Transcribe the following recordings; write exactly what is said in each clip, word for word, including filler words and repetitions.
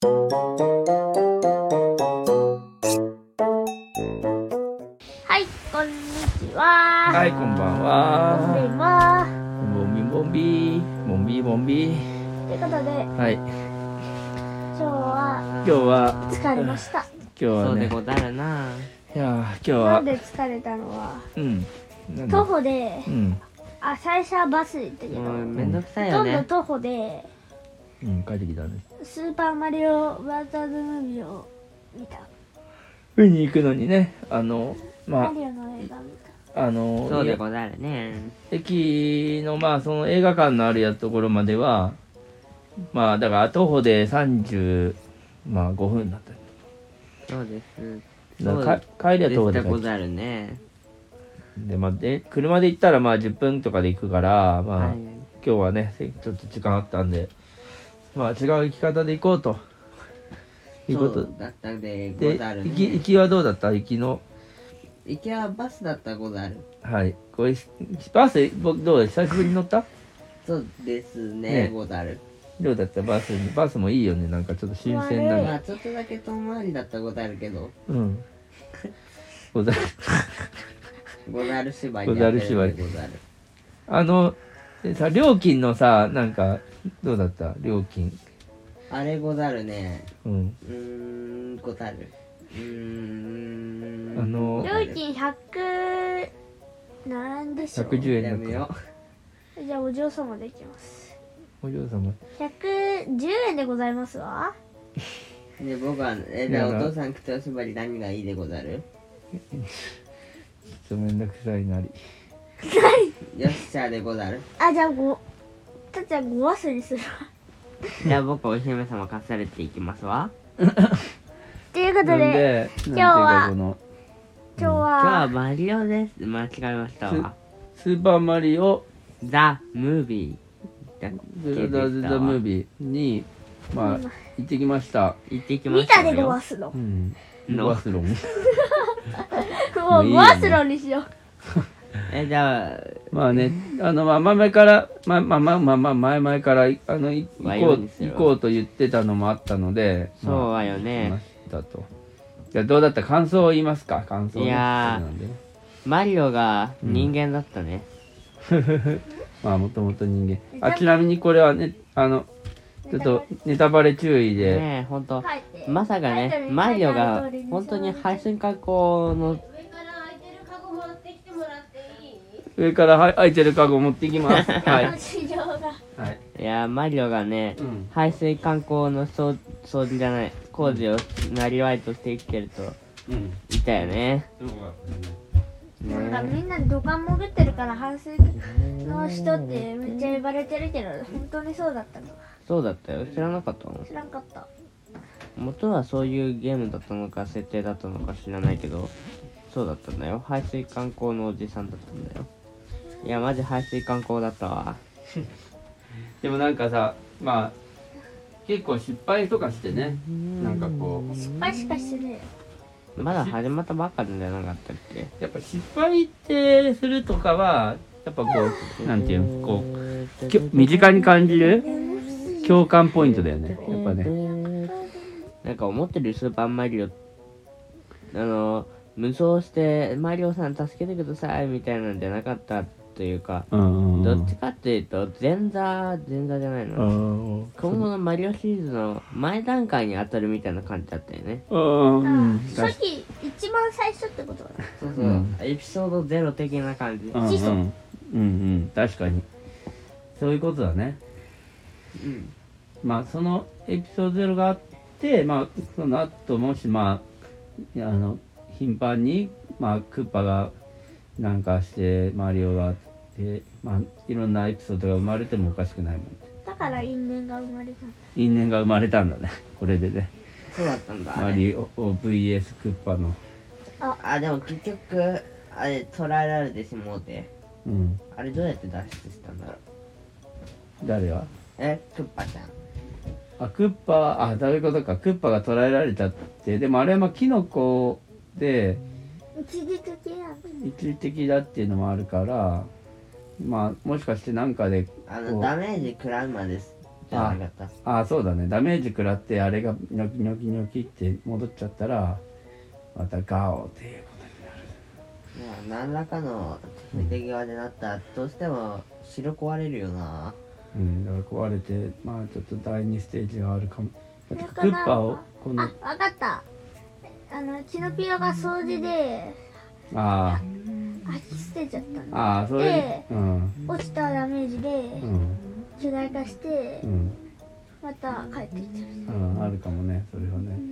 はいこんにちは。 はい、こんばんは。 こんばんは。 ボンビボンビボンビボンビ。 ということではい。 今日は今日は疲れました。 今日はね。 そうでござるな。 いやー今日はなんで疲れたのはうん。なんだ徒歩で、 うん。 あ最初はバス行ったけど、 もうめんどくさいほとよね。 んど徒歩でうん、帰ってきたね。 スーパーマリオブラザーズムービーを見た。 見に行くのにね、あのまマリオの映画見ああのそうでござるね。 駅のまあその映画館のあるやつところまではまあだから徒歩でさんじゅうまあごふんだったそうです。 だからか帰りは徒歩で帰ってでござるね。 でまあで車で行ったらまあじゅっぷんとかで行くからまあ、 はい。 今日はねちょっと時間あったんでまあ違う行き方で行こうというそことうだったでごでざる行き行ね。 きはどうだった行きの行きはバスだったござる。 はいこれバス僕どう久しぶりに乗ったそうですね、 ねござる。 どうだったバスバスもいいよねなんかちょっと新鮮なまあちょっとだけ遠回りだったござるけど、 うんござるござる縛りござる縛りでござる。 あのでさ料金のさなんかどうだった料金あれござるね。 うんうーん、ござる。うーん。 あのた。料金ひゃくなんでしょう。 ひゃくじゅうえんやめよだかじゃあお嬢様できます。 お嬢様ひゃくじゅうえんでございますわ。 う。で、僕は、え、じゃあお父さん口を縛り何がいいでござる？ ちょっとめんどくさいなりよっしゃでござる。 あじゃあごたっちゃんご忘れするわ。 じゃあ僕お姫様化されていきますわ。 ということなんでで今日はなんていうかこの今日今日ははマリオです。間違えましたわ。 スーパーマリオザ・ムービーだっけザ・ザ・ザ・でしたわムービーにまあ行ってきました行ってきま見したよ。 たでごわすの。 うんのバスロンもういいよねごわすのにしよう。 え、じゃあ、 まあねあのまあ前々からまあまあまあまあまあ前々からあのい行ワイこうワイにする行こうと言ってたのもあったのでそうはよまあ行きねま。したとじゃあどうだった感想を言いますか感想ねいやーなんでねマリオが人間だったね。 まあもともと人間あちなみにこれはねあのちょっとネタバレ注意で、 ねえ、ほんと。 書いてまさかね、マリオが本当に配信加工の、 上からは空いてるカゴ持ってきますはい、 市場がはいいや、マリオがね、 うん排水管工の掃掃除じゃない、工事をなりわいとして生きてるとうんいたよね。 そうだなんかねみんな土管潜ってるから反水の人ってめっちゃ呼ばれてるけど本当にそうだったのそうだったよ。知らなかったの？ 知らんかった。 元はそういうゲームだったのか設定だったのか知らないけど、そうだったんだよ。排水管工のおじさんだったんだよ。いや、マジ排水管工だったわ。 でもなんかさまあ結構失敗とかしてねなんかこう失敗しかしてねまだ始まったばっかりじゃなかったっけ？ やっぱ失敗ってするとかはやっぱこうなんていうのこうきょ身近に感じる共感ポイントだよねやっぱねなんか思ってるスーパーマリオ、あの、無双して、マリオさん助けてくださいみたいなんじゃなかったというか、 うんうんどっちかっていうと、前座、前座じゃないの。 うん今後のマリオシリーズの前段階に当たるみたいな感じだったよね。 うんうんさっき一番最初ってことだね。 そうそう、 うんエピソードゼロ的な感じ。 うんうんうんうん確かにそういうことだねうん。 まあそのエピソードゼロがあってまあその後もしまああの頻繁にまあクッパがなんかしてマリオがあってまあいろんなエピソードが生まれてもおかしくないもんねだから因縁が生まれたんだ。 因縁が生まれたんだねこれでねそうだったんだ。 マリオ ブイエス クッパのあ、でも結局、あれ、捉えられてしもうて。 うんあれどうやって脱出したんだろう。 誰がえ、クッパちゃん。 あクッパはあそういうことかクッパが捕らえられたってでもあれはまあキノコで一時的なんだ。 一時的だっていうのもあるからまあもしかしてなんかであの、 こうダメージ食らうまでってなかった。 ああ、そうだね。ダメージ食らってあれがニョキニョキニョキって戻っちゃったらまたガオっていうことになる。 いや何らかの敵側でなったらどうしても城壊れるよな。 うん、だから壊れてまあちょっとだいにステージがあるかも。だってだからクッパをこのあ、わかった。あのキノピオが掃除であ吐き捨てちゃったんあだ。 ああそれでうん落ちたダメージでうん巨大化してうんまた帰ってきてる。 うんあるかもねそれはね。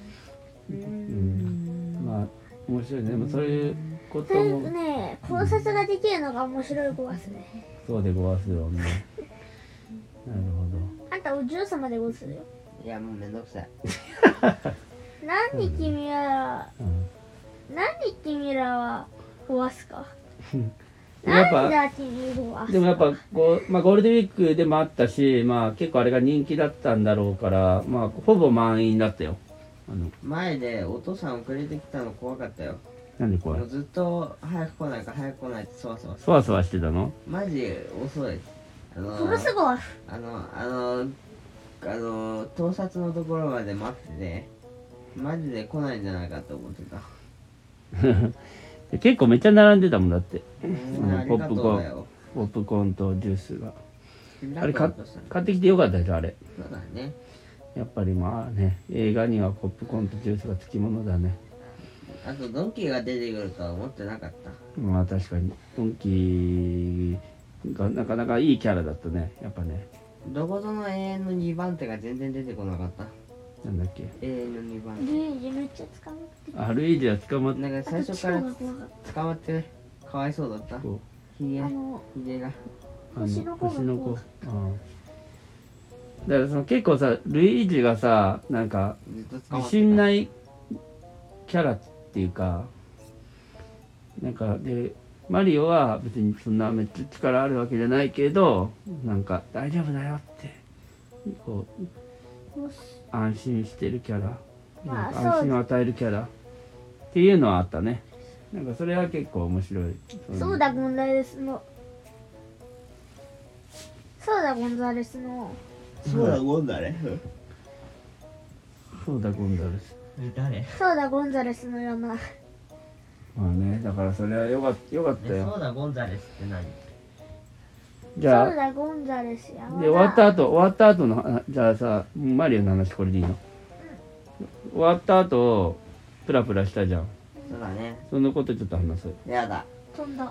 うんまあ面白いね。でもそういうことそれもね、考察ができるのが面白い子ですね。 そうでごわすよね。なるあんたお嬢様でごするよ。 いやもうめんどくさい。 何君は、 ほど。うん何君らは壊すか。 やっぱなんだ君壊すでもやっぱこう、まあ、ゴールデンウィークでもあったし、まあ、結構あれが人気だったんだろうから、まあ、ほぼ満員だったよ。あの前でお父さん遅れてきたの怖かったよ。 なんで怖いもうずっと早く来ないか早く来ないってそわそわそわそわしてたの？ マジ遅い。あのものすごい。 あのあのあの盗撮のところまで待っててマジで来ないんじゃないかと思ってた。 結構めっちゃ並んでたもんだってうんありがとうだよ。 ポップコーンとジュースがあれか買買ってきてよかったでしょあれ。 そうだね。 やっぱりまあね映画にはポップコーンとジュースがつきものだね。 あとドンキーが出てくるとは思ってなかった。 まあ確かにドンキーがなかなかいいキャラだったねやっぱね。 どこぞの永遠のにばん手が全然出てこなかった。 なんだっけ永遠のにばんルイージめっちゃ捕まってる。 あルイージは捕まっ手。なんか最初からあと超が怖かっ捕まってかわいそうだった。 こひげた。あの、 ひげが。 うあの星の子が星の子怖かっああだからその結構さルイージがさなんかずっと捕ま自ってた。 信ないキャラっていうかなんかでマリオは別にそんなめっちゃ力あるわけじゃないけどなんか大丈夫だよってこうもし安心してるキャラ、 まあなんか安心を与えるキャラっていうのはあったね。なんかそれは結構面白い。 そうだゴンザレスのそうだゴンザレスのそうだゴンザレそうだゴンザレス。 誰そうだゴンザレスの山。 まあねだからそれはよかったよかったそうよ。 だゴンザレスって何？ じゃあそうだゴンザレス山だ。 で終わった後終わった後のあじゃあさマリオの話これでいいの？終わった後プラプラしたじゃん。 そうだね。 そのことちょっと話す。 やだ。 飛んだ。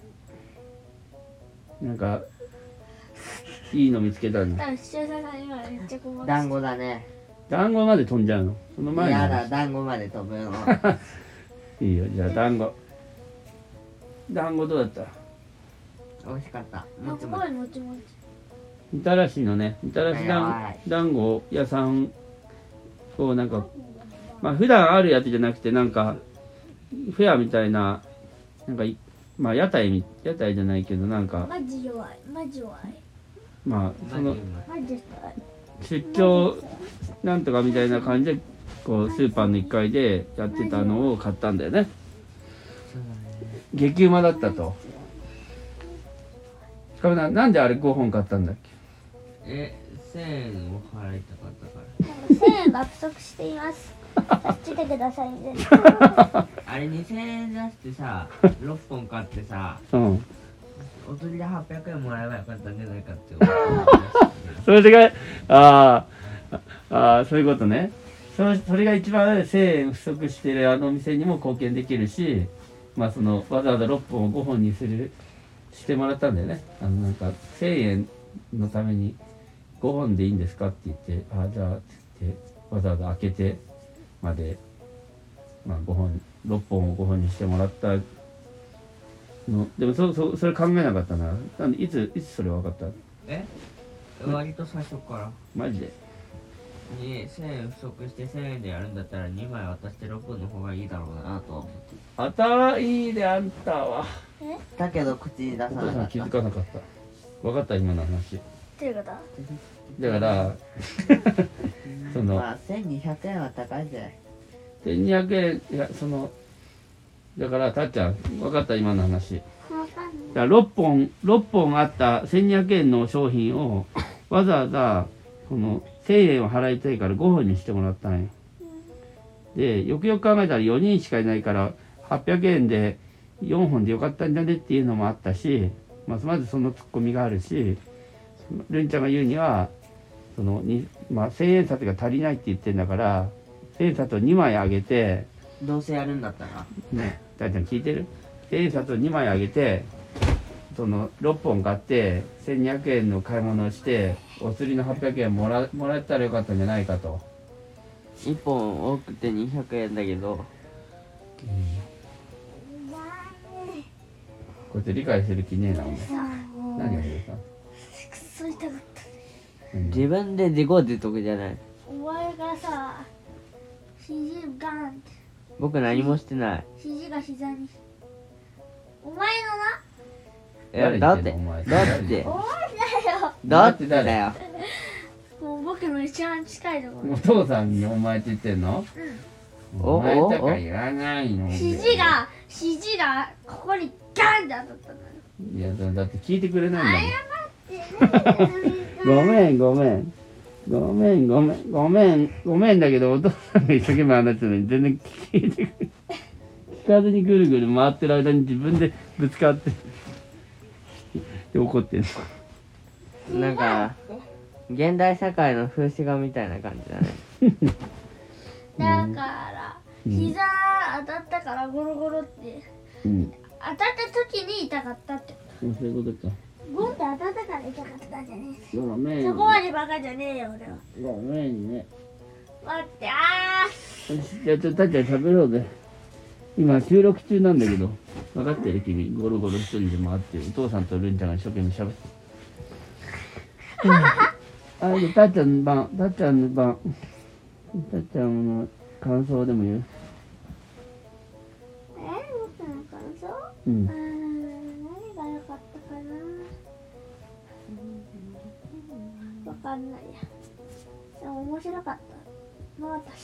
なんかいいの見つけたの。 多分視聴者さん今めっちゃ困って団子だね。 団子まで飛んじゃうの？その前にやだ団子まで飛ぶの。 いいよじゃあ団子団子どうだった？ 美味しかった。 あもちもち。 すごいもちもち。 みたらしのねみたらしやば団い団子屋さんをなんかまあ普段あるやつじゃなくてなんかフェアみたいななんかいまあ屋台み屋台じゃないけどなんかマジ弱いマジ弱いまあそのマジ弱い。 出張なんとかみたいな感じでこうスーパーのいっかいでやってたのを買ったんだよね。激うまだったと。しかもななんであれごほん買ったんだっけ？ え、せんえんを払いたかったかなんかせんえんが不足しています。助けてくださいね。 ら。あれにせんえん出してさ、ろっぽん買ってさ、 うんお釣りではっぴゃくえんもらえばよかったんじゃないかって思ってそれがあーあーそういうことね。そそれが一番せんえん不足してるあのお店にも貢献できるし、まあそのわざわざろっぽんをごほんにするしてもらったんだよね。あのなんかせんえんのためにごほんでいいんですかって言ってあじゃあって言ってわざわざ開けてまで、まあ、ごほんろっぽんをごほんにしてもらったの。でもそそそれ考えなかったな。なんでいついつそれ分かった？ え割と最初からマジで？ にせんえん不足してせんえんでやるんだったらにまい渡してろっぽんの方がいいだろうなとは思って頭いいであんたは。 えだけど口に出さお父さん気なかった。 づかなかった。分かった今の話。 ということだからそのまあせんにひゃくえんは高いぜ。 せんにひゃくえんいやそのだからたっちゃん分かった今の話。 わかんない。 だからろっぽんろっぽんあったせんにひゃくえんの商品をわざわざこのせんえんを払いたいからごほんにしてもらったんよ。でよくよく考えたらよにんしかいないからはっぴゃくえんでよんほんでよかったんじゃねっていうのもあったし、まあ、まずそのツッコミがあるし、るんちゃんが言うにはそのに、まあ、せんえん札が足りないって言ってんだからせんえん札をにまいあげて、 どうせやるんだったらね、大ちゃん聞いてる？せんえん札をにまいあげてそのろっぽん買ってせんにひゃくえんの買い物をしてお釣りのはっぴゃくえんもらもらったらよかったんじゃないかと。 いっぽん多くてにひゃくえんだけど、 こいつ理解する気ねえなお前。何が言うさ。 くっそ痛かった。 自分で自業自得じゃない。 お前がさ、肘ガンって、 僕何もしてない。 肘が膝に。お前いやだって誰言ってんのお前だってのな、お前だよ。 だってだよ。 もう僕の一番近いところ。 お父さんにお前って言ってんの？ おお前とか言わないの。 肘が、肘がここにガンって当たったのよ。 いやだって聞いてくれないん謝ってね。 だもん。ごめんごめんごめんごめんごめんごめんだけどお父さんが一生懸命話してるのに全然聞いてくれ聞かずにぐるぐる回ってる間に自分でぶつかってで怒ってんの。 なんか現代社会の風刺画みたいな感じだね。 だから、膝当たったからゴロゴロって、 うん当たった時に痛かったってこそういうことか。 と。ゴンって当たったから痛かったんじゃねえ。 ごめんそこまでバカじゃねえよ俺は。 ごめんね。 待って、あよしじゃあちょっとたっちゃん喋ろうぜ。今収録中なんだけど分かってる君ゴロゴロ一人で回ってるお父さんとるんちゃんが一生懸命喋ってる。あじゃあたっちゃんの番たっちゃんの番たっちゃんの感想でも言う。 ーえ僕の感想、 ううんーん、何が良かったかな。わかんないや。でも面白かったのは確か。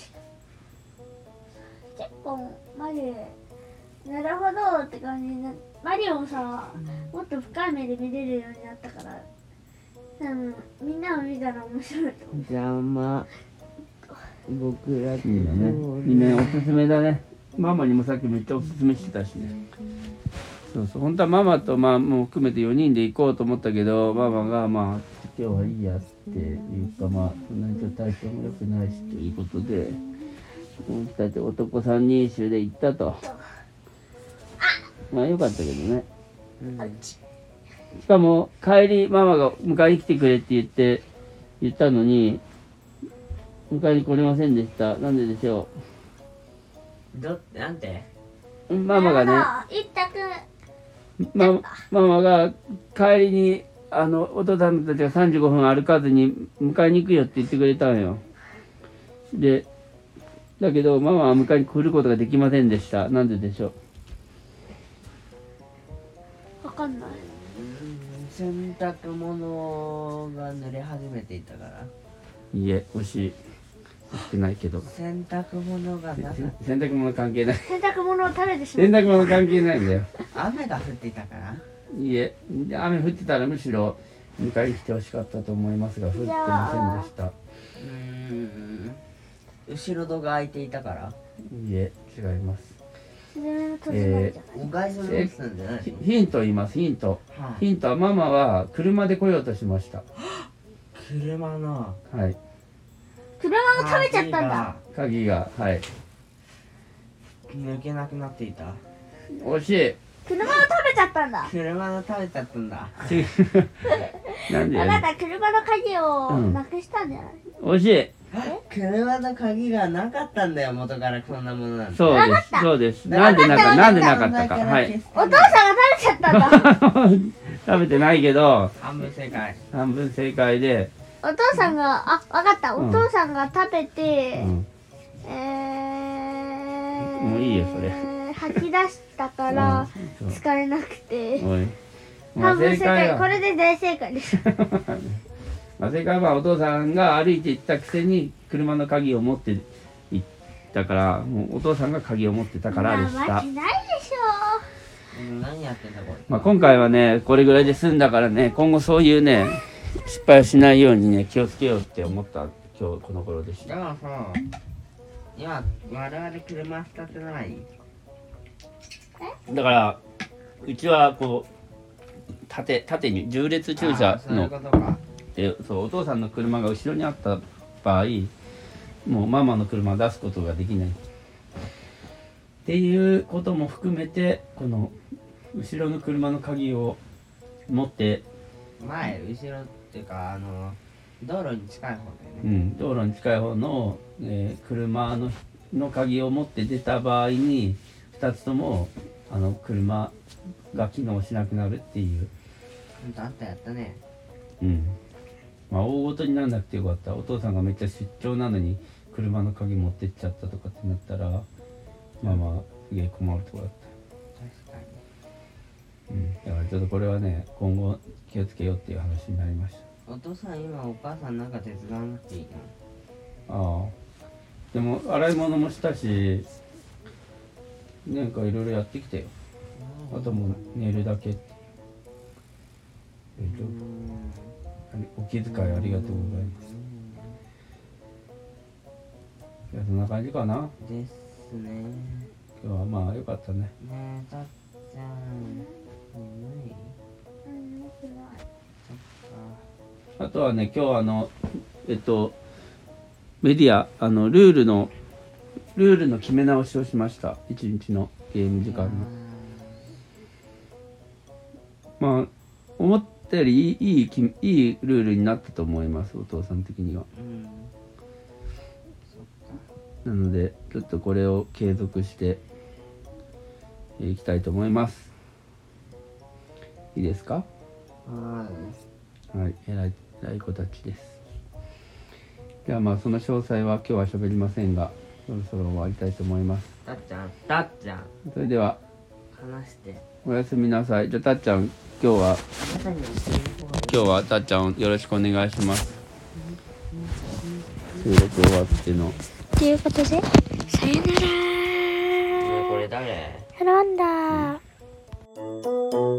結構マリオ、なるほどって感じにな、マリオもさ、もっと深い目で見れるようになったから、多分みんなも見たら面白いと思う。 邪魔。僕らといいよね。いいね、おすすめだね。ママにもさっきめっちゃおすすめしてたしね。そうそう、本当はママとまあもう含めてよにんで行こうと思ったけど、ママがまあ今日はいいやっていうか、まあそんなにちょっと体調も良くないしということで、僕たち男さんにん衆で行ったと。まあ良かったけどね。しかも帰りママが迎えに来てくれって言って言ったのに迎えに来れませんでした。なんででしょどなんてう。ママがね、 一択。 ま、ママが帰りにあのお父さんたちがさんじゅうごふん歩かずに迎えに行くよって言ってくれたんよ。でだけどママは迎えに来ることができませんでした。なんででしょわかんない。 洗濯物が濡れ始めていたからう。いいえ、惜しい。惜しくないけど。 洗濯物がなかっ洗濯物関係ない。 洗濯物を食べてしま洗う。 濯物関係ないんだよ。 た。雨が降っていたからいいえ、雨降ってたらむしろ迎えに来てほしかったと思いますが、降ってませんでした。 うーん後ろ戸が開いていたからいいえ、違います。 スズメの戸締まりじゃない。 お外出すんじゃないヒの？ ヒント言います、ヒント。 はいヒントはママは車で来ようとしました。 車のはい。 車も食べちゃったんだ。 鍵が、はい。 抜けなくなっていた。 惜しい。 車を食べちゃったんだ。 車の食べちゃったんだ。 違うなんであなた車の鍵をなくしたんじゃない？ 惜しい。 車の鍵がなかったんだよ、元からこんなものなんて。 そうです、そうです。なんでなか、なんでなかったか。はい。 お父さんが食べちゃったんだ。 食べてないけど、 半分正解。 半分正解で、 お父さんが、あ、わかった。お父さんが食べて、 うん。 えー、 もういいよそれ吐き出したからうん使えなくて、 おい。まあ半分正正解。こ解は、 れで大正解です。 まあ正解はお父さんが歩いて行ったくせに車の鍵を持って行ったから、もうお父さんが鍵を持ってたからでしたなわけ。ないでしょ。 うん何やってんだこれ。 まあ今回はね、これぐらいで済んだからね、今後そういうね、 失敗しないようにね気をつけようって思った今日この頃でした。 でもさ、今我々車使ってない？ だからうちはこう縦縦に縦列駐車あーそういうのことか。 でそうお父さんの車が後ろにあった場合もうママの車を出すことができないっていうことも含めてこの後ろの車の鍵を持って前後ろっていうかあの道路に近い方だよね。 うん、道路に近い方の、えー車のの鍵を持って出た場合にふたつともあの車が機能しなくなるっていう、 ほんとあんたやったね。 うんまあ、大ごとになんなくてよかった。お父さんがめっちゃ出張なのに車の鍵持ってっちゃったとかってなったらまあまあすげえ困るところだっ確かた、うん、だからちょっとこれはね今後気をつけようっていう話になりましに。お父さん今お母さんなんか手伝わなくていいた。ああでも洗い物もしたしなんかいろいろやってきたよ。 の？ あともう寝るだけ。 うーんお気遣いありがとうございます。いやそんな感じかな。 ですね。 今日はまあ良かったね。 ねえたっちゃん眠い？ うんよくないそっか。 あとはね今日あのえっとメディアあのルールのルールの決め直しをしました。一日のゲーム時間の。まあ思ったよりいいいいきいいルールになったと思いますお父さん的には。 うんそっか。 なのでちょっとこれを継続していきたいと思います。いいですか？ ははい、偉い偉い子たちです。ではまあその詳細は今日は喋りませんがそろそろ終わりたいと思います。 い。たっちゃんたっちゃんそれでは話して。 おやすみなさい。じゃあたっちゃん今日はあなたに教える方がいい。 今日はたっちゃんよろしくお願いします。収録終わってのということでさよなねえこれ誰？ らなんだ